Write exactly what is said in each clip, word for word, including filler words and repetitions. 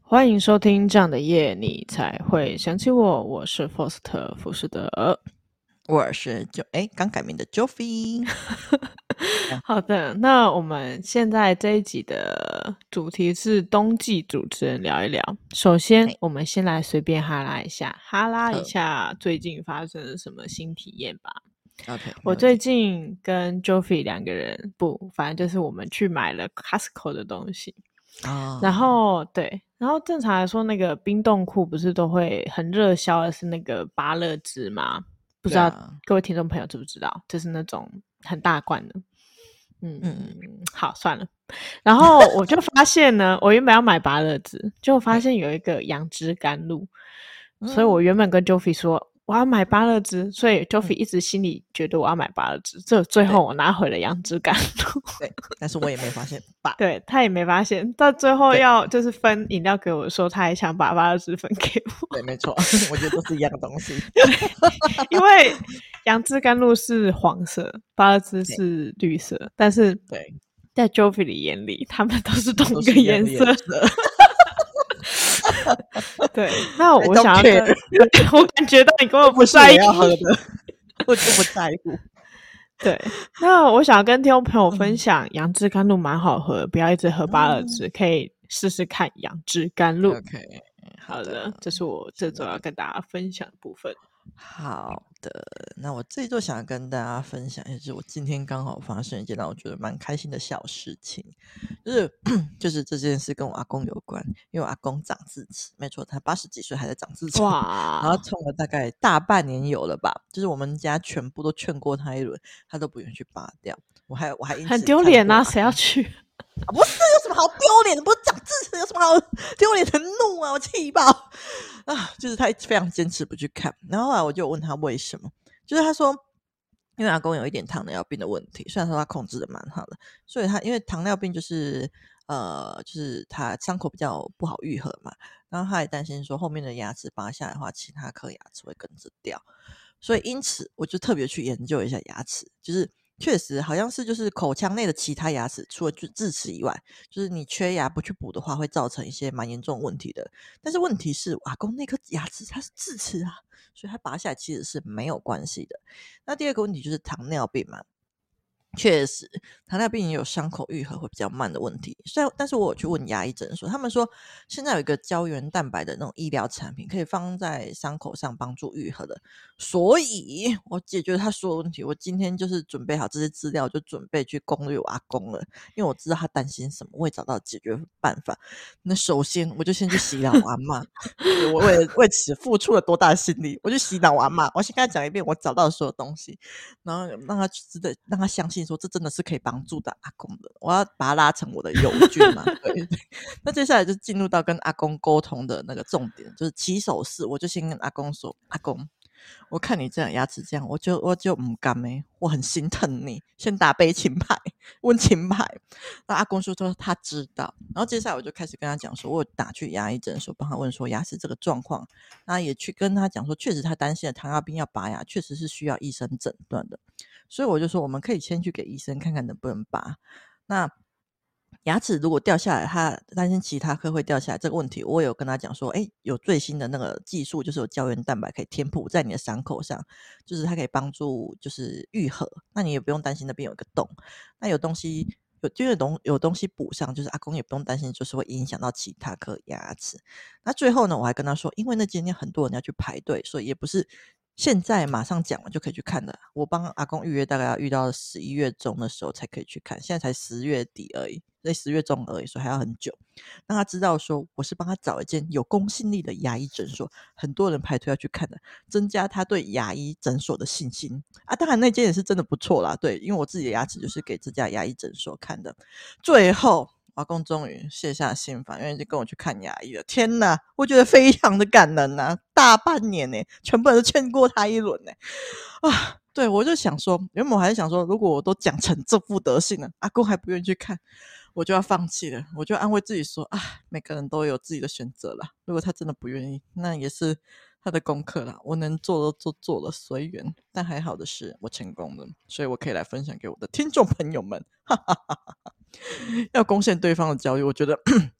欢迎收听这样的夜你才会想起我，我是 Foster 福士德。 我是就哎刚改名的 Joffy 好的，那我们现在这一集的主题是冬季主持人聊一聊。首先，我们先来随便哈拉一下，哈拉一下最近发生了什么新体验吧。 OK， 我最近跟 Joffy 两个人不，反正就是我们去买了 Costco 的东西。 哦， 然后对，然后正常来说，那个冰冻库不是都会很热销的是那个芭乐汁吗？不知道、 啊、 各位听众朋友知不知道？就是那种很大罐的。嗯， 嗯好，算了。然后我就发现呢，我原本要买芭乐汁，结果发现有一个杨枝甘露，所以我原本跟 Joffy 说我要买芭乐汁，所以 Joffy 一直心里觉得我要买芭乐汁，这最后我拿回了杨枝甘露。 对，但是我也没发现吧？ 对，他也没发现，到最后要就是分饮料给我的时候，他还想把芭乐汁分给我。 对，没错，我觉得都是一样的东西。 因为杨枝甘露是黄色，芭乐汁是绿色，但是对， 在 Joffy 的眼里，他们都是同一个都是一样颜色。 的颜色。 对，那我 I 想 don't 要跟，我感觉到你根本不是我在意， 要喝的，我就不在乎。 对，那我想要跟听众朋友分享，杨枝甘露蛮好喝，不要一直喝芭乐汁， 嗯可以试试看杨枝甘露。 OK，好的， 好的，这是我这周要跟大家分享的部分。 好的，那我这一周想要跟大家分享，就是我今天刚好发生一件让我觉得蛮开心的小事情，就是就是这件事跟我阿公有关，因为我阿公长智齿，没错，他八十几岁还在长智齿，然后哇， 冲了大概大半年有了吧，就是我们家全部都劝过他一轮，他都不愿意去拔掉，我还我还因很此丢脸啊， 看过阿谁要去？ 啊，不是有什么好丢脸的？不是长智齿有什么好丢脸的？怒啊！我气爆啊！就是他非常坚持不去看，然后后来我就问他为什么，就是他说，因为阿公有一点糖尿病的问题，虽然说他控制的蛮好的，所以他因为糖尿病就是呃，就是他伤口比较不好愈合嘛，然后他也担心说后面的牙齿拔下来的话，其他颗牙齿会跟着掉，所以因此我就特别去研究一下牙齿，就是。确实好像是就是口腔内的其他牙齿，除了智齿以外，就是你缺牙不去补的话，会造成一些蛮严重问题的。但是问题是，阿公那颗牙齿它是智齿啊，所以它拔下来其实是没有关系的。那第二个问题就是糖尿病嘛。确实，糖尿病也有伤口愈合会比较慢的问题。虽然，但是我有去问牙医诊所，他们说现在有一个胶原蛋白的那种医疗产品，可以放在伤口上帮助愈合的。所以，我解决他所有问题。我今天就是准备好这些资料，就准备去攻略我阿公了，因为我知道他担心什么，我会找到解决办法。那首先，我就先去洗脑我阿嬷，就是我为了为此付出了多大的心力，我就洗脑我阿嬷，我先跟他讲一遍我找到的所有东西，然后让他知道，让他相信说这真的是可以帮助到阿公的，我要把他拉成我的友军嘛。对，那接下来就进入到跟阿公沟通的那个重点，就是起手式，我就先跟阿公说，阿公。我看你这样牙齿这样，我就我就唔甘诶，我很心疼你。先打悲情牌，问情牌。那阿公说说他知道，然后接下来我就开始跟他讲说，我打去牙医诊所帮他问说牙齿这个状况，那也去跟他讲说，确实他担心的糖尿病要拔牙，确实是需要医生诊断的。所以我就说，我们可以先去给医生看看能不能拔。那牙齿如果掉下来，他担心其他颗会掉下来这个问题，我有跟他讲说，哎，有最新的那个技术，就是有胶原蛋白可以填补在你的伤口上，就是它可以帮助就是愈合，那你也不用担心那边有一个洞，那有东西有就有东有东西补上，就是阿公也不用担心，就是会影响到其他颗牙齿。那最后呢，我还跟他说，因为那今天很多人要去排队，所以也不是现在马上讲完就可以去看的。我帮阿公预约，大概要预到十一月中的时候才可以去看，现在才十月底而已，所以十月中而已，所以还要很久。让他知道说，我是帮他找一间有公信力的牙医诊所，很多人排队要去看的，增加他对牙医诊所的信心啊。当然那间也是真的不错啦，对，因为我自己的牙齿就是给这家牙医诊所看的。最后阿公终于卸下心防，因为就跟我去看牙医了。天哪，我觉得非常的感人啊！大半年呢、欸，全部人都劝过他一轮呢、欸。啊，对，我就想说，原本我还是想说，如果我都讲成这副德性了，阿公还不愿意去看，我就要放弃了。我就安慰自己说，啊，每个人都有自己的选择啦。如果他真的不愿意，那也是他的功课啦。我能做都做做了，随缘。但还好的是，我成功了，所以我可以来分享给我的听众朋友们。哈哈哈哈，要攻陷对方的焦虑，我觉得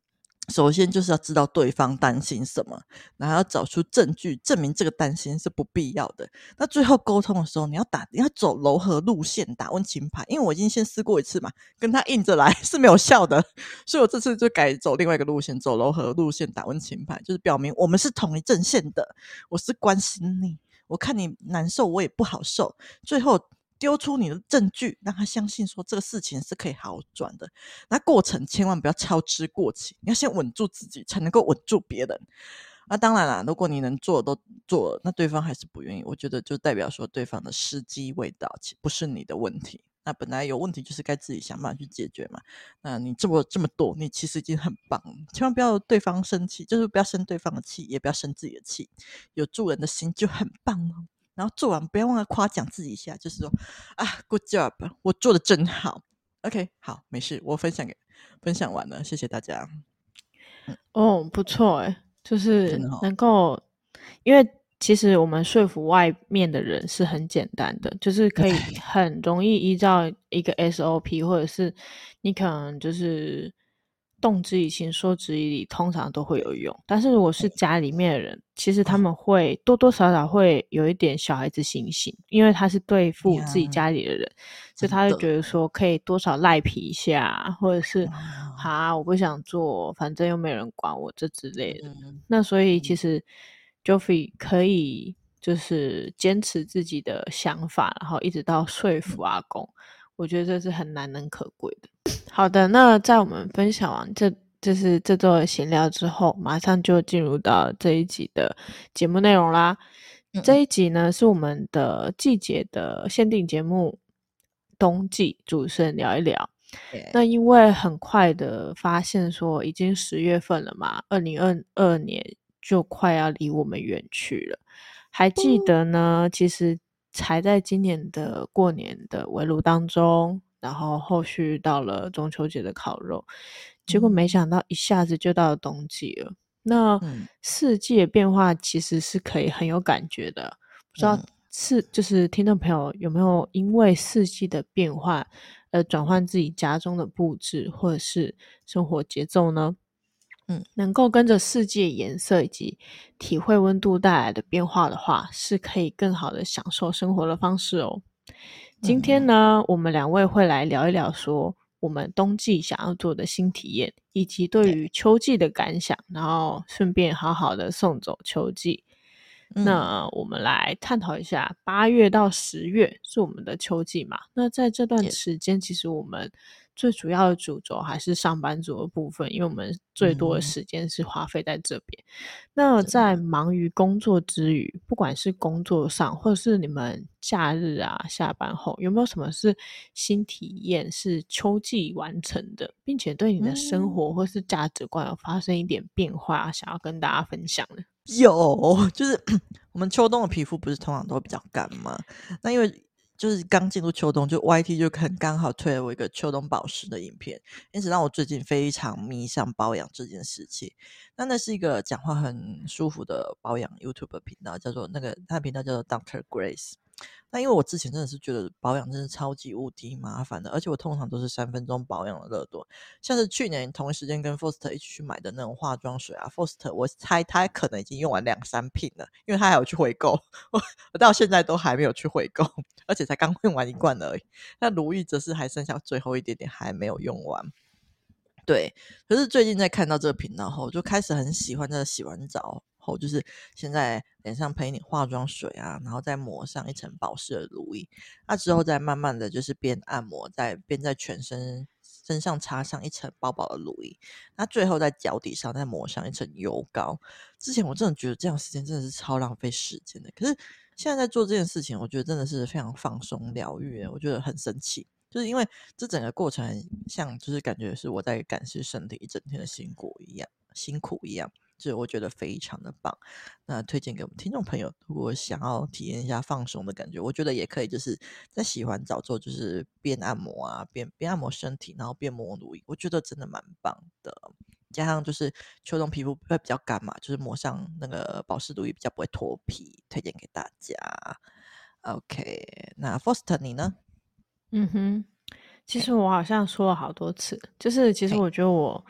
首先就是要知道对方担心什么，然后要找出证据证明这个担心是不必要的。那最后沟通的时候，你要打你要走柔和路线，打温情牌，因为我已经先试过一次嘛，跟他硬着来是没有效的，所以我这次就改走另外一个路线，走柔和路线，打温情牌，就是表明我们是同一阵线的，我是关心你，我看你难受，我也不好受。最后丢出你的证据，让他相信说这个事情是可以好转的。那过程千万不要操之过急，你要先稳住自己，才能够稳住别人。那当然啦，如果你能做都做了，那对方还是不愿意，我觉得就代表说对方的时机未到，不是你的问题。那本来有问题就是该自己想办法去解决嘛。那你这么这么多，你其实已经很棒了，千万不要对方生气，就是不要生对方的气，也不要生自己的气，有助人的心就很棒了。然后做完不要忘了夸奖自己一下，就是说啊 ，good job，我做的真好。OK， 好，没事，我分享给分享完了，谢谢大家。 嗯、哦，不错诶，就是真的哦， 能够，因为其实我们说服外面的人是很简单的，就是可以很容易依照一个 S O P， 或者是你可能就是动之以情，说之以理，通常都会有用。但是如果是家里面的人，其实他们会多多少少会有一点小孩子心性，因为他是对付自己呀， 家里的人，所以他会真的， 觉得说可以多少赖皮一下，或者是啊， 哈我不想做，反正又没人管我这之类的。 嗯那所以其嗯， 实 Joffrey 可以就是坚持自己的想法，然后一直到说服阿公，我觉得这是很难能可贵的。好的，那在我们分享完这就是这周的闲聊之后，马上就进入到这一集的节目内容啦。 嗯嗯， 这一集呢是我们的季节的限定节目，冬季主持人聊一聊。那因为很快的发现说已经十月份了嘛，二零二二年就快要离我们远去了。还记得呢，其实才在今年的过年的围炉当中，然后后续到了中秋节的烤肉，结果没嗯想到一下子就到了冬季了。那嗯四季的变化其实是可以很有感觉的，不知道嗯， 是就是听众朋友有没有因为四季的变化而转换自己家中的布置或者是生活节奏呢？ 嗯能够跟着四季的颜色以及体会温度带来的变化的话，是可以更好的享受生活的方式哦。今天嗯呢，我们两位会来聊一聊说我们冬季想要做的新体验，以及对于秋季的感想，然后顺便好好的送走秋季。 嗯， 那我们来探讨一下，八月到十月是我们的秋季嘛？那在这段也时间，其实我们最主要的主轴还是上班族的部分，因为我们最多的嗯， 时间是花费在这边。那真的， 在忙于工作之余，不管是工作上，或者是你们假日啊、下班后，有没有什么是新体验是秋季完成的，并且对你的生嗯。 活或是价值观有发生一点变化，想要跟大家分享的？ 有，就是我们秋冬的皮肤不是通常都会比较干吗？那因为就是刚进入秋冬，就 Y T 就很刚好推了我一个秋冬保湿的影片，因此让我最近非常迷上保养这件事情。那那是一个讲话很舒服的保养 YouTube 频道，叫做那个他的频道叫做 Doctor Grace。那因为我之前真的是觉得保养真是超级无敌麻烦的，而且我通常都是三分钟保养的热度。像是去年同一时间跟 Foster 一起去买的那种化妆水啊，Foster 我猜他可能已经用完两三瓶了，因为他还有去回购，我我到现在都还没有去回购，而且才刚用完一罐而已。那如意则是还剩下最后一点点还没有用完。对，可是最近在看到这个频道后，就开始很喜欢在洗完澡后，就是先在脸上喷一点化妆水啊，然后再抹上一层保湿的乳液，那之后再慢慢的就是边按摩，再边在全身身上擦上一层薄薄的乳液，那最后在脚底上再抹上一层油膏。之前我真的觉得这样时间真的是超浪费时间的，可是现在在做这件事情，我觉得真的是非常放松疗愈，我觉得很神奇。就是因为这整个过程很像，就是感觉是我在感受身体一整天的辛苦一样，辛苦一样，就是我觉得非常的棒。那推荐给我们听众朋友，如果想要体验一下放松的感觉，我觉得也可以，就是在洗完澡之后，就是边按摩啊，边边按摩身体，然后边抹乳液，我觉得真的蛮棒的。加上就是秋冬皮肤会比较干嘛，就是抹上那个保湿乳液比较不会脱皮，推荐给大家。OK，那 Foster 你呢？ 嗯哼，其嘿， 实我好像说了好多次，就是其实嘿， 我觉得我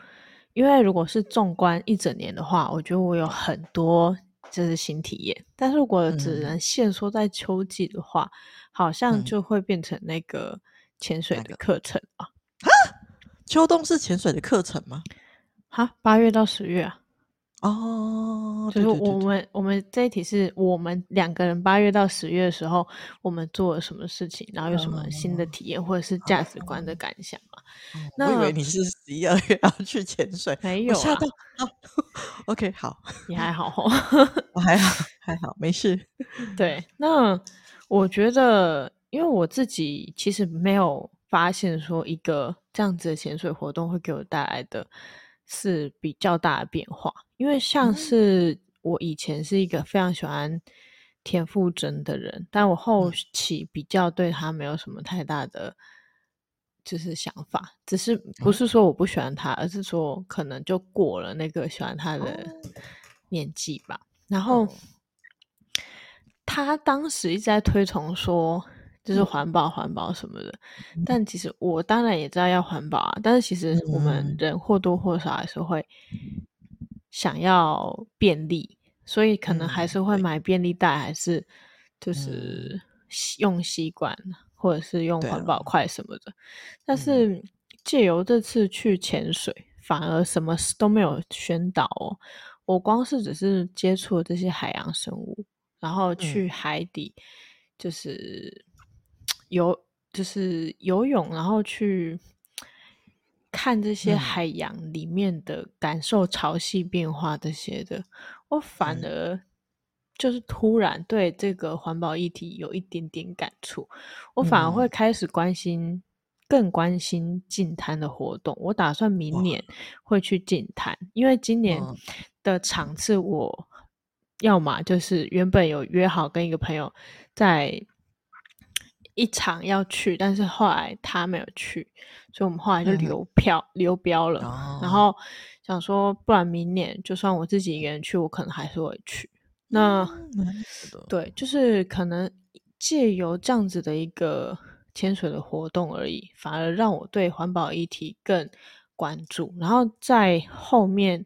因为如果是纵观一整年的话，我觉得我有很多就是新体验，但是如果只能嗯限缩在秋季的话，好像嗯， 就会变成那个潜水哪个？ 的课程啊。 秋冬是潜水的课程吗？ 哈，八月到十月啊。 哦， 就是对对对对， 我们我们这一题是我们两个人八月到十月的时候，我们做了什么事情，然后有什么新的嗯， 体验或者是价值观的感想嘛？ 哦，我以为那你是十一二月要去潜水，我吓到。 没有啦， 好，OK，好， 也还好吼。 我还好还好，没事。 对，那我觉得，因为我自己其实没有发现说一个这样子的潜水活动会给我带来的是比较大的变化，因为像嗯是我以前是一个非常喜欢田馥甄的人，但我后嗯期比较对他没有什么太大的就是想法，只是不哦是说我不喜欢他，而是说可能就过了那个喜欢他的哦， 年纪吧。然后嗯他当时一直在推崇说，就是嗯环保环保什么的，但其实我当然也知道要环保啊，但是其实我们嗯人或多或少还是会想要便利，所以可能还嗯， 是会对， 买便利袋，还是就嗯， 是吸用吸管或者是用对了， 环保筷什么的。但嗯是借由这次去潜水，反而什么事都没有宣导哦，我光是只是接触了这些海洋生物。然后去嗯海底就是游，就是游泳，然后去看这些嗯海洋里面的感受潮汐变化这些的，我反嗯而就是突然对这个环保议题有一点点感触，我反而会嗯， 开始关心。更关心净滩的活动，我打算明哇， 年会去净滩，因为今年嗯的场次我要么就是原本有约好跟一个朋友在一场要去，但是后来他没有去，所以我们后来就嗯流票流标了。然哦， 后想说，不然明年就算我自己一个人去，我可能还是会去。那嗯，蛮好的， 对，就是可能借由这样子的一个潜水的活动而已，反而让我对环保议题更关注。然后在后面，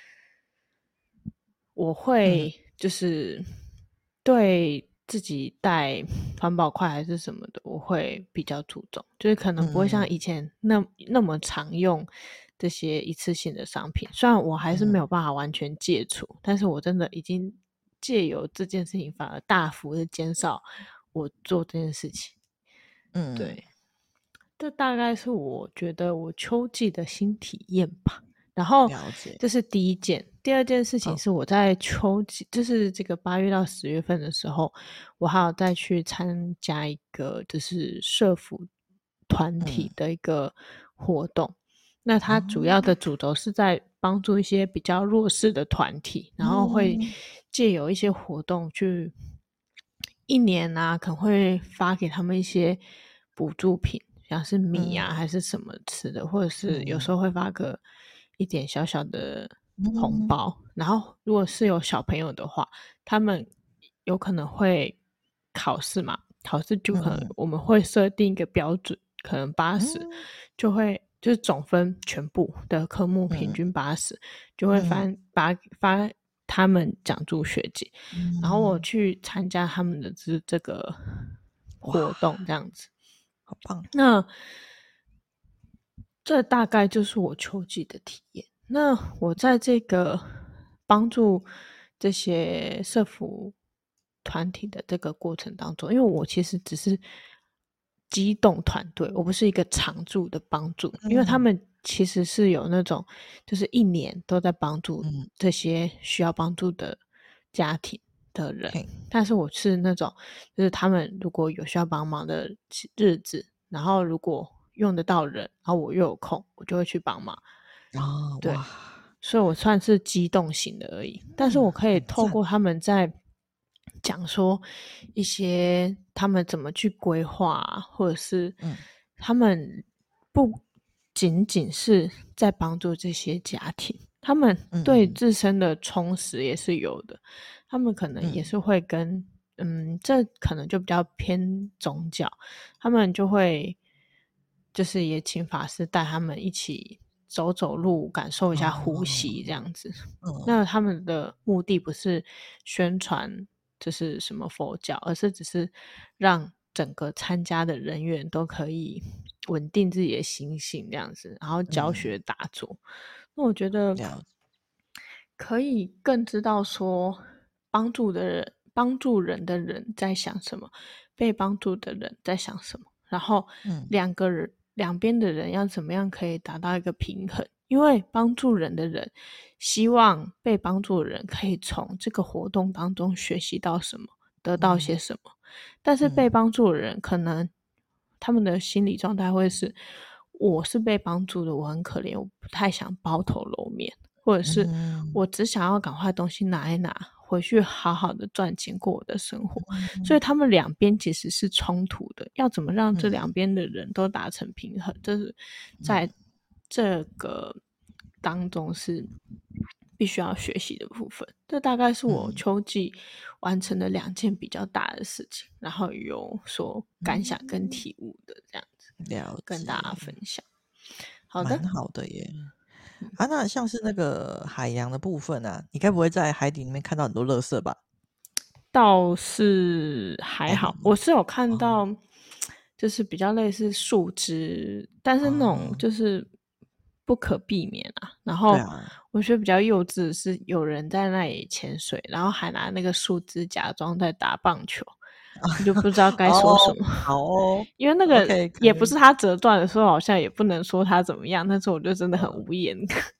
我嗯会就是对自己带环保筷还是什么的，我会比较注重，就是可能不会像嗯以前那那么常用这些一次性的商品。虽然我还是没嗯有办法完全戒除，但是我真的已经借由这件事情，反而大幅的减少我做这件事情。 嗯， 对，这大概是我觉得我秋季的新体验吧。然后了解， 这是第一件，第二件事情嗯是我在秋季，就是这个八月到十月份的时候，我还有再去参加一个就是社服团体嗯， 的一个活动。那它主要的哦， 主轴是在帮助一些比较弱势的团体，然后会嗯借由一些活动去一年啊，可能会发给他们一些补助品，像是米啊嗯还是什么吃的，或者是有时嗯候会发个一点小小的红嗯包。然后如果是有小朋友的话，他们有可能会考试嘛，考试就可能嗯我们会设定一个标准，可能八十嗯就会就是总分全部的科目平嗯均八十，就会嗯发发发他们奖助学金。然后我嗯， 去参加他们的这这个活哇， 动，这样子。 好棒， 那这大概就是我秋季的体验。那我在这个帮助这些社服团体的这个过程当中，因为我其实只是机动团队，我不是一个常驻的帮助，因为他嗯们其实是有那种就是一年都在帮助嗯， 这些需要帮助的家庭的人， 嘿， 但是我是那种就是他们如果有需要帮忙的日子，然后如果用得到人，然后我又有空，我就会去帮忙。 啊， 对， 哇， 所以我算是机动型的而已，但是嗯， 我可以很赞， 透过他们在讲说一些他们怎么去规划啊，或者是嗯他们不仅仅是在帮助这些家庭，他们对嗯自身的充实也是有的。他们可能也嗯是会跟嗯，这可能就比较偏宗教，他们就会就是也请法师带他们一起走走路，感受一下呼哦， 吸这样子。 嗯那他们的目的不是宣传就是什么佛教，而是只是让整个参加的人员都可以稳定自己的心性这样子，然后教嗯， 学打坐。那我觉得了解， 可以更知道说帮助的人帮助人的人在想什么，被帮助的人在想什么，然后嗯两个人两边的人要怎么样可以达到一个平衡。因为帮助人的人希望被帮助的人可以从这个活动当中学习到什么，得到些嗯什么，但是被嗯帮助的人可能他们的心理状态会是我是被帮助的，我很可怜，我不太想抛头露面，或者是嗯我只想要赶快东西拿一拿，回去好好的赚钱过我的生活。所以嗯他们两边其实是冲突的，要怎么让这两嗯边的人都达成平衡，这是在嗯这个当中是必须要学习的部分。这大概是我嗯秋季完成的两件比较大的事情，然后有所感想跟嗯， 体悟的这样子， 了跟大家分解， 享。好的， 蛮好的耶。啊，那像是那个海洋的部分啊，你该不会在海底里面看到很多垃圾吧？ 倒是还好， 还好吗？ 我是有看哦到，就是比较类似树枝，但是那种哦， 就是不可避免啊。然后对啊， 我觉得比较幼稚的是，有人在那里潜水，然后还拿那个树枝假装在打棒球，我就不知道该说什哦， 么。 好哦因为那个 ，OK，可以也不是他折断的，所以好像也不能说他怎么样，但是我就真的很呃无言。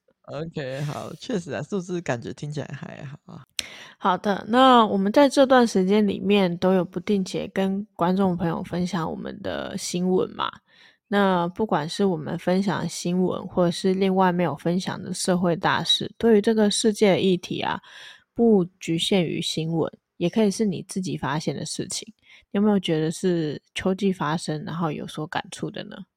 ，OK，好，确实啊，是不是感觉听起来还好啊？ 好的，那我们在这段时间里面都有不定期跟观众朋友分享我们的新闻嘛。那不管是我们分享的新闻，或者是另外没有分享的社会大事，对于这个世界的议题啊，不局限于新闻，也可以是你自己发现的事情。你有没有觉得是秋季发生，然后有所感触的呢？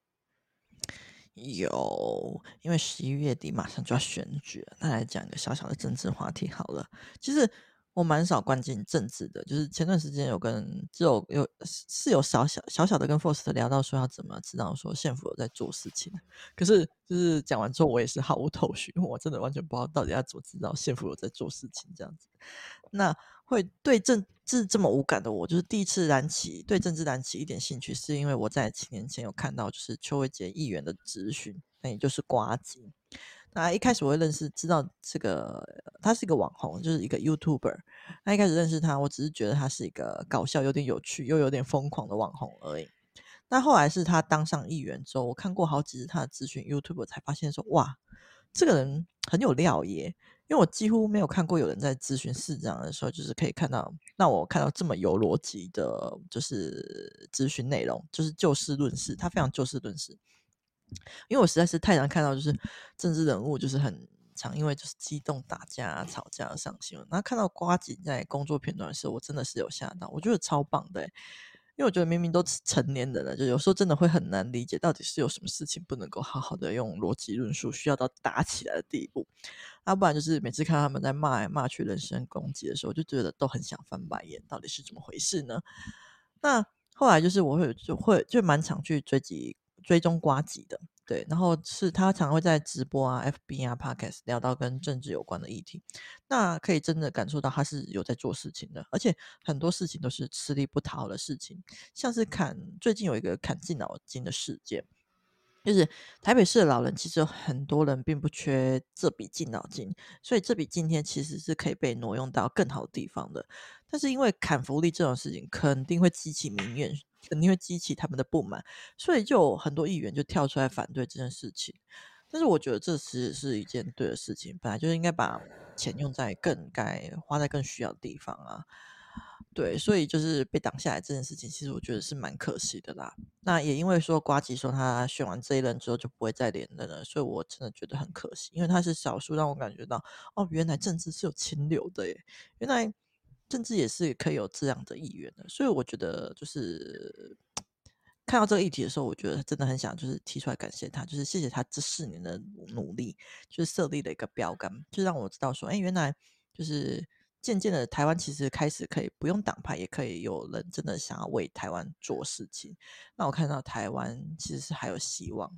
有，因为十一月底马上就要选举了，那来讲一个小小的政治话题好了。其实我蛮少关心政治的，就是前段时间有跟只有有是有小小小小的跟 Forst 聊到说要怎么知道说县府有在做事情，可是就是讲完之后我也是毫无头绪，因为我真的完全不知道到底要怎么知道县府有在做事情这样子。那会对政治这么无感的我，就是第一次燃起对政治燃起一点兴趣，是因为我在几年前有看到就是邱伟杰议员的质询，那也就是呱吉。那一开始我会认识知道这个他是一个网红，就是一个 YouTuber。那一开始认识他，我只是觉得他是一个搞笑、有点有趣又有点疯狂的网红而已。那后来是他当上议员之后，我看过好几次他的咨询 YouTube，才发现说哇，这个人很有料耶！因为我几乎没有看过有人在咨询市长的时候，就是可以看到让我看到这么有逻辑的，就是咨询内容，就是就事论事，他非常就事论事。因为我实在是太常看到，就是政治人物就是很常因为就是激动打架、啊、吵架而上新闻。然后看到瓜吉在工作片段的时候，我真的是有吓到，我觉得超棒的欸。因为我觉得明明都是成年人了，就有时候真的会很难理解，到底是有什么事情不能够好好的用逻辑论述，需要到打起来的地步。要、啊、不然就是每次看到他们在骂来骂去、人身攻击的时候，就觉得都很想翻白眼，到底是怎么回事呢？那后来就是我会就会就蛮常去追击追踪瓜吉的，对，然后是他常会在直播啊、F B 啊、Podcast 聊到跟政治有关的议题，那可以真的感受到他是有在做事情的，而且很多事情都是吃力不讨好的事情，像是砍最近有一个砍进脑筋的事件。就是台北市的老人，其实有很多人并不缺这笔敬老金，所以这笔津贴其实是可以被挪用到更好的地方的。但是因为砍福利这种事情，肯定会激起民怨，肯定会激起他们的不满，所以就有很多议员就跳出来反对这件事情。但是我觉得这其实是一件对的事情，本来就应该把钱用在更该花在更需要的地方啊。对，所以就是被挡下来这件事情，其实我觉得是蛮可惜的啦。那也因为说瓜吉说他选完这一任之后就不会再连任了，所以我真的觉得很可惜，因为他是少数让我感觉到哦，原来政治是有清流的耶，原来政治也是可以有这样的意愿的，所以我觉得就是看到这个议题的时候，我觉得真的很想就是提出来感谢他，就是谢谢他这四年的努力，就是设立了一个标杆，就让我知道说，哎，原来就是渐渐的台湾其实开始可以不用党派，也可以有人真的想要为台湾做事情。那我看到台湾其实是还有希望的。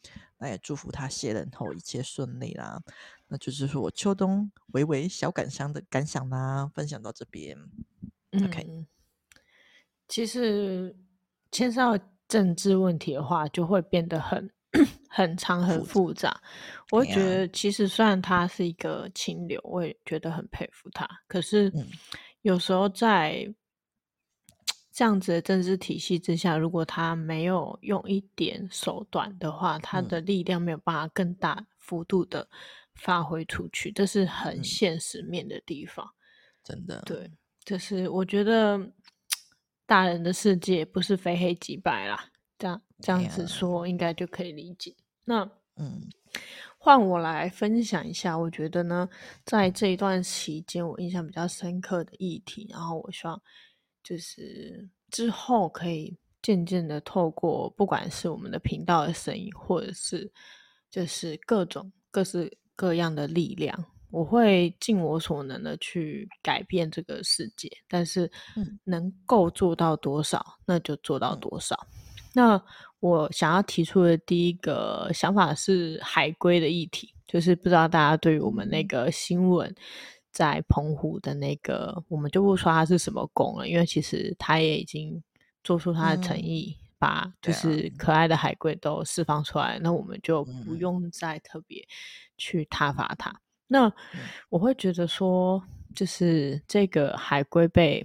那也祝福他卸任后一切顺利啦。那就是我秋冬微微小感伤的感想啦，分享到这边。OK， 嗯，其实牵涉到政治问题的话，就会变得很很长很复杂， 复杂。我会觉哎呀， 得，其实虽然他是一个清流，我也觉得很佩服他。可是嗯有时候在这样子的政治体系之下，如果他没有用一点手段的话，他的嗯力量没有办法更大幅度的发挥出去，这是很嗯， 现实面的地方。 真的， 对，就是我觉得大人的世界不是非黑即白啦，这样这样哎呀， 子说应该就可以理解。那嗯换我来分享一下，我觉得呢，在这一段期间，我印象比较深刻的议题，然后我希望就是之后可以渐渐的透过不管是我们的频道的声音，或者是就是各种各式各样的力量，我会尽我所能的去改变这个世界，但是嗯能够做到多少，那就做到嗯多少。那我想要提出的第一个想法是海龟的议题，就是不知道大家对于我们那嗯个新闻在澎湖的那个，我们就不说它是什么宫了，因为其实他也已经做出他的诚嗯， 意，把就对啊， 是可爱的海龟都释放出来，那我们就不嗯用再特别去挞伐它。那嗯我会觉得说，就是这个海龟被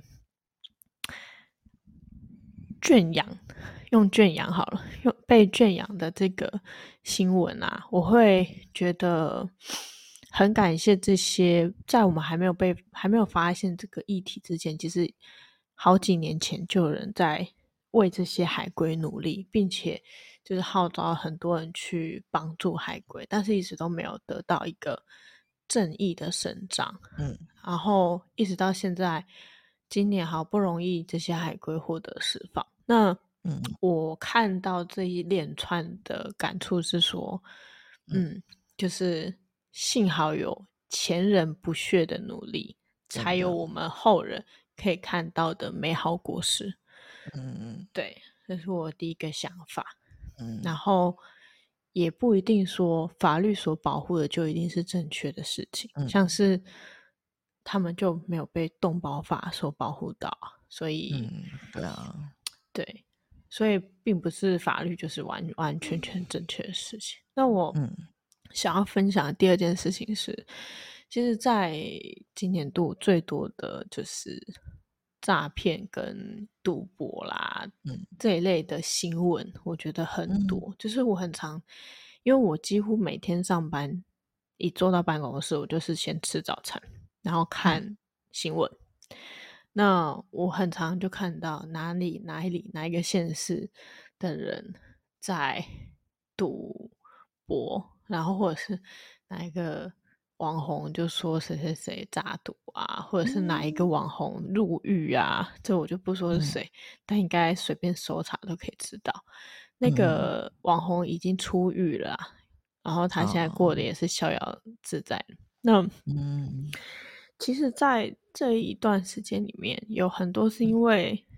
圈养，用圈养好了，用被圈养的这个新闻啊，我会觉得很感谢这些，在我们还没有被还没有发现这个议题之前，其实好几年前就有人在为这些海龟努力，并且就是号召很多人去帮助海龟，但是一直都没有得到一个正义的伸张。 嗯然后一直到现在，今年好不容易这些海龟获得释放。那嗯我看到这一连串的感触是说， 嗯， 嗯，就是幸好有前人不懈的努力，才真的， 有我们后人可以看到的美好果实。 嗯对，这是我第一个想法。然嗯后也不一定说法律所保护的就一定是正确的事情， 嗯像是他们就没有被动保法所保护到啊，所以嗯，对啊， 对，所以并不是法律就是完完全全正确的事情。那我嗯想要分享的第二件事情是，其实在今年度最多的就是诈骗跟赌博啦嗯这一类的新闻，我觉得很嗯多。就是我很常，因为我几乎每天上班一坐到办公室，我就是先吃早餐，然后嗯看新闻。那我很常就看到哪里哪里哪一个县市的人在赌博，然后或者是哪一个网红就说谁谁谁诈赌啊，或者是哪一个嗯网红入狱啊，这我就不说是嗯谁，但应该随便搜查都可以知道。那嗯， 个网红已经出狱了啊，然后他现在过得哦， 也是逍遥自在。那嗯其实在这一段时间里面，有很多是嗯因为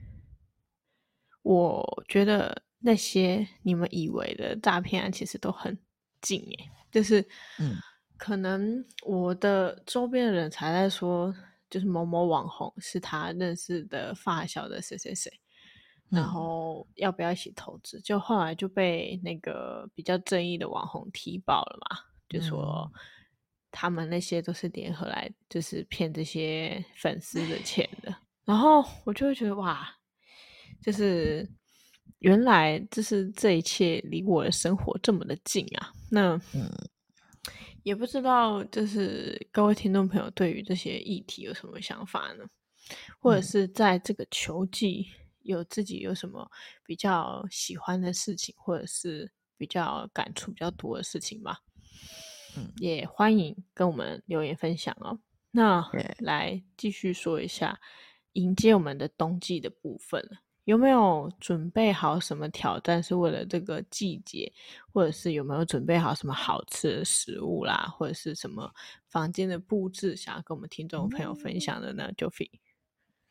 我觉得那些你们以为的诈骗案其实都很近诶，就是嗯可能我的周边的人才在说，就是某某网红是他认识的发小的谁谁谁，然嗯后要不要一起投资，就后来就被那个比较正义的网红踢爆了嘛，就说嗯， 他们那些都是联合来就是骗这些粉丝的钱的，然后我就会觉得哇，就是原来就是这一切离我的生活这么的近啊！那嗯也不知道就是各位听众朋友对于这些议题有什么想法呢？或者嗯是在这个球季有自己有什么比较喜欢的事情，或者是比较感触比较多的事情吗？ 嗯， 也欢迎跟我们留言分享哦。那对， 来继续说一下迎接我们的冬季的部分了，有没有准备好什么挑战是为了这个季节，或者是有没有准备好什么好吃的食物啦，或者是什么房间的布置，想要跟我们听众朋友分嗯。 享的呢？就 f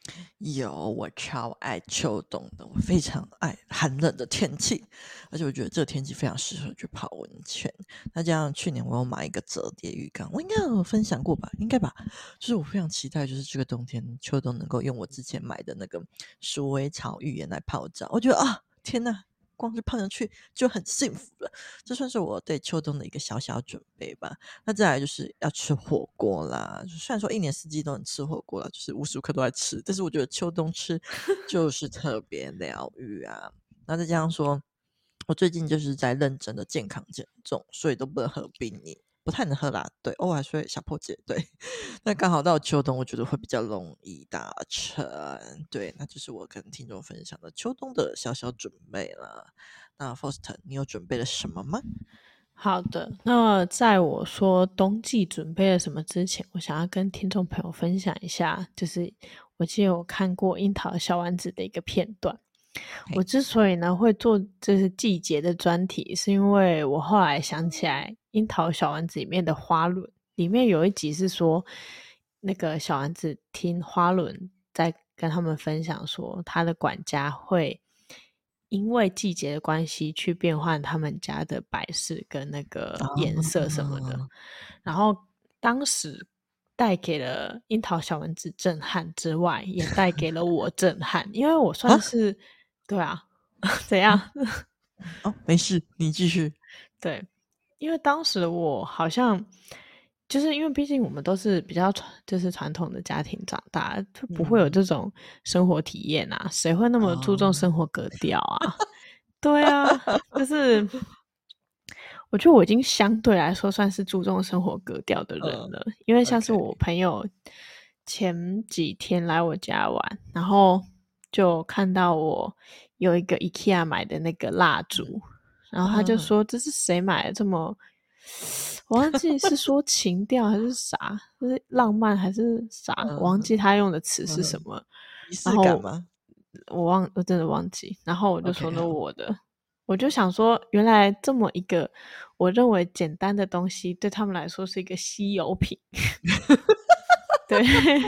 有，我超爱秋冬的，我非常爱寒冷的天气，而且我觉得这个天气非常适合去泡温泉。那加上去年我有买一个折叠浴缸，我应该有分享过吧？应该吧？就是我非常期待，就是这个冬天秋冬能够用我之前买的那个鼠尾草浴盐来泡澡。我觉得啊，天呐！光是泡上去就很幸福了，这算是我对秋冬的一个小小准备吧。那再来就是要吃火锅啦，虽然说一年四季都能吃火锅啦，就是无时无刻都在吃，但是我觉得秋冬吃就是特别疗愈啊。那再加上说，我最近就是在认真的健康减重，所以都不能喝冰饮，不太能喝啦。对，偶尔会小破解。对，那刚好到秋冬，我觉得会比较容易达成。对，那就是我跟听众分享的秋冬的小小准备啦。那 Foster，你有准备了什么吗？ 好的，那在我说冬季准备了什么之前，我想要跟听众朋友分享一下，就是我记得我看过樱桃小丸子的一个片段。我之所以呢会做就是季节的专题，是因为我后来想起来樱桃小丸子里面的花轮，里面有一集是说那个小丸子听花轮在跟他们分享说，他的管家会因为季节的关系去变换他们家的摆饰跟那个颜色什么的， 啊， 然后当时带给了樱桃小丸子震撼之外，也带给了我震撼，因为我算啊是对啊，怎样？ 哦，没事，你继续。 对，因为当时我好像就是因为毕竟我们都是比较传就是传统的家庭长大，就不会有嗯， 这种生活体验啊，谁会那么注重哦， 生活格调啊？对啊，就是我觉得我已经相对来说算是注重生活格调的人嗯了，因为像是 ，OK， 我朋友前几天来我家玩，然后就看到我有一个 IKEA 买的那个蜡烛，然后他就嗯说这是谁买的这么，我忘记是说情调还是啥，就是浪漫还是啥，我忘记嗯他用的词是什嗯， 么， 仪然后式感吗我忘我真的忘记，然后我就说 ？OK， 那好， 我的。我就想说，原来这么一个我认为简单的东西，对他们来说是一个稀有品。对，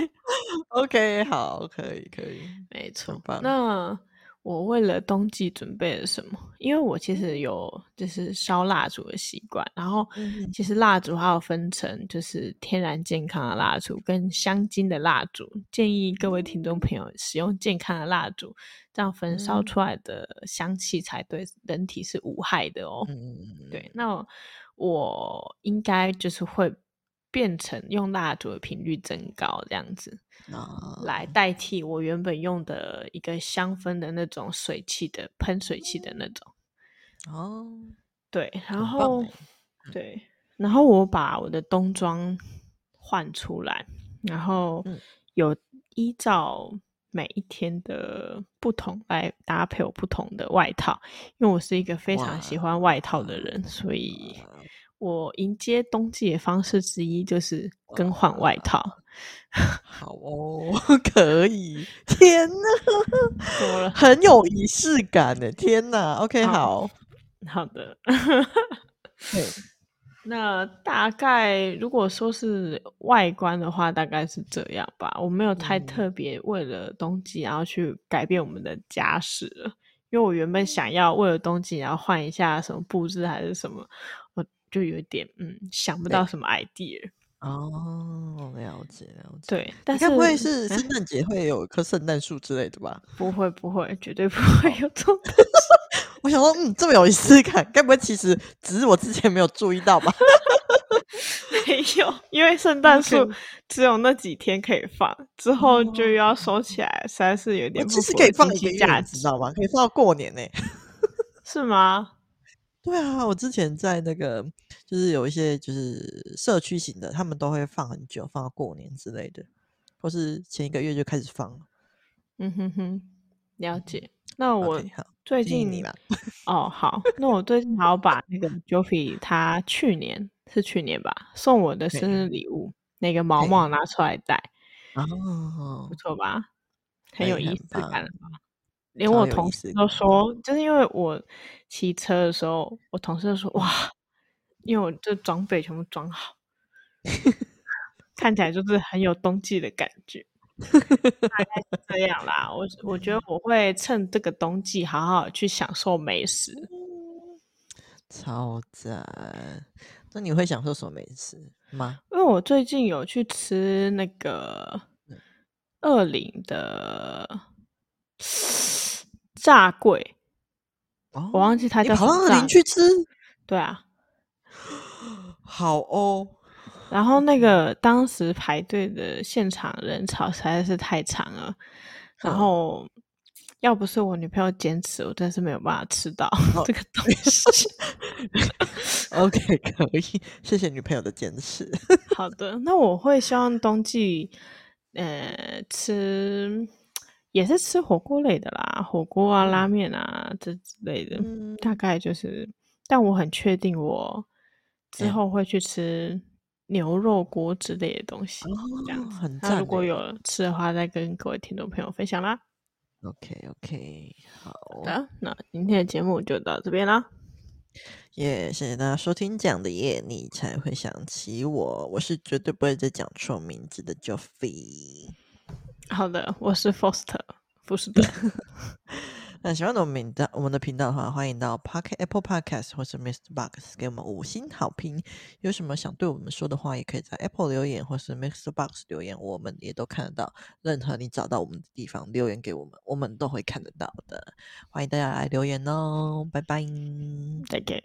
OK，好，可以，可以， 没错。 很棒。 那我为了冬季准备了什么？因为我其实有就是烧蜡烛的习惯，然后嗯其实蜡烛还有分成就是天然健康的蜡烛跟香精的蜡烛，建议各位听众朋友使用健康的蜡烛，这样焚烧嗯出来的香气才对人体是无害的哦。对， 嗯那我应该就是会变成用蜡烛的频率增高这样子，来啊， 代替我原本用的一个香氛的那种水汽的喷水器的那种。 哦， 对，然后很棒哎。 对，然后我把我的冬装换出来，然后嗯， 有依照每一天的不同来搭配我不同的外套，因为我是一个非常喜哇， 欢外套的人，所以我迎接冬季的方式之一就是更换外套。 好哦，可以。天呐， 怎么了？ 很有仪式感呢！天呐，OK， 哦， 好， 好的。 对， 那大概如果说是外观的话，大概是这样吧。我没有太嗯， 特别为了冬季然后去改变我们的家饰了，因为我原本想要为了冬季然后换一下什么布置还是什么，我就有点嗯想不到对。 什么 idea。 哦，了解了解。 对，但你该不会是是圣嗯， 诞节会有一棵圣诞树之类的吧？ 不会不会，绝对不会哦， 有这种东西。 我想说，嗯，这么有仪式感，该不会其实只是我之前没有注意到吧没有，因为圣诞树 ？OK， 只有那几天可以放，之后就哦， 要收起来，实在是有我点不其实可以放符合经济一个月， 价值， 你知道吗？可以放到过年呢。 是吗？ 对啊，我之前在那个就是有一些就是社区型的，他们都会放很久，放到过年之类的，或是前一个月就开始放了。 嗯哼哼，了解。那我 OK，好， 最近建议你啦。 哦，好，那我最近还要把那个 Joffy 他去年是去年吧送我的生嘿， 日礼物那个毛嘿， 毛拿出来戴，不哦， 错吧？很有可以， 仪式感很棒， 了吧？连超我同事有仪式感。 都说，就是因为我骑车的时候，我同事就说：“哇， 嗯， 因为我这装备全部装好，看起来就是很有冬季的感觉。” 大概是这样啦。我我觉得我会趁这个冬季好好去享受美食。 超赞！那你会享受什么美食吗？ 因为我最近有去吃那个嗯二林的炸柜，我忘记哦， 它叫你跑到二林什么炸。 去吃？ 对啊， 好哦， 然后那个当时排队的现场人潮实在是太长了，然哼， 后要不是我女朋友坚持，我真是没有办法吃到哦这个东西。 ，OK，可以，谢谢女朋友的坚持。 好的，那我会希望冬季，呃，吃也是吃火锅类的啦，火锅啊、拉嗯面啊这之类的， 嗯， 大概就是。但我很确定，我之哎， 后会去吃牛肉锅之类的东西，这样哦， 子。 很那如赞诶。 果有吃的话，再跟各位听众朋友分享啦。 OK OK，好， 好的，那今天的节目就到这边啦。 耶谢谢大家收听这样的夜，你才会想起我。我是绝对不会再讲错名字的 Joffy。 好的，我是 Foster 福士德。 那喜欢我们频道我们的频道的话，欢迎到 Pocket Apple Podcast 或是 Mixer Box 给我们五星好评。有什么想对我们说的话，也可以在 Apple 留言或是 Mixer Box 留言，我们也都看得到。任何你找到我们的地方留言给我们，我们都会看得到的。欢迎大家来留言哦，拜拜。 再见。